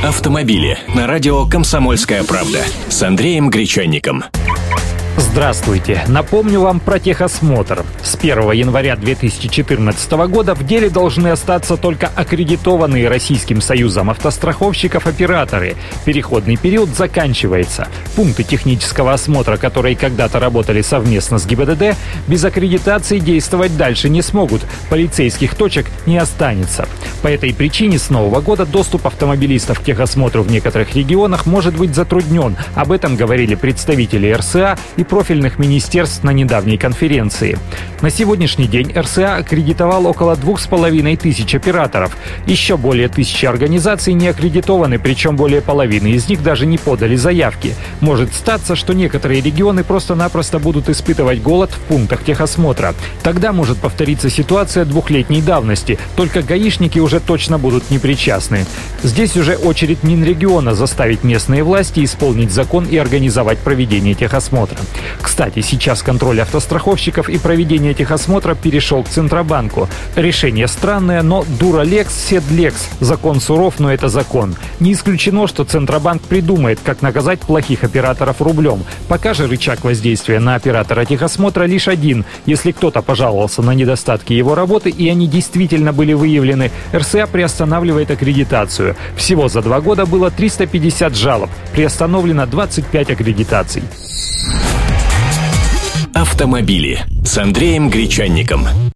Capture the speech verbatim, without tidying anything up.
Автомобили на радио «Комсомольская правда» с Андреем Гречанником. Здравствуйте. Напомню вам про техосмотр. С первого января две тысячи четырнадцатого года в деле должны остаться только аккредитованные Российским Союзом автостраховщиков операторы. Переходный период заканчивается. Пункты технического осмотра, которые когда-то работали совместно с ГИБДД, без аккредитации действовать дальше не смогут. Полицейских точек не останется. По этой причине с нового года доступ автомобилистов к техосмотру в некоторых регионах может быть затруднен. Об этом говорили представители эр эс а и профильных министерств на недавней конференции. На сегодняшний день эр эс а аккредитовал около двух с половиной тысяч операторов. Еще более тысячи организаций не аккредитованы, причем более половины из них даже не подали заявки. Может статься, что некоторые регионы просто-напросто будут испытывать голод в пунктах техосмотра. Тогда может повториться ситуация двухлетней давности, только гаишники уже точно будут непричастны. Здесь уже очередь Минрегиона заставить местные власти исполнить закон и организовать проведение техосмотра. Кстати, сейчас контроль автостраховщиков и проведение техосмотра перешел к Центробанку. Решение странное, но дура лекс, сед лекс. Закон суров, но это закон. Не исключено, что Центробанк придумает, как наказать плохих операторов рублем. Пока же рычаг воздействия на оператора техосмотра лишь один. Если кто-то пожаловался на недостатки его работы, и они действительно были выявлены, эр эс а приостанавливает аккредитацию. Всего за два года было триста пятьдесят жалоб. Приостановлено двадцать пять аккредитаций. Автомобили с Андреем Гречанником.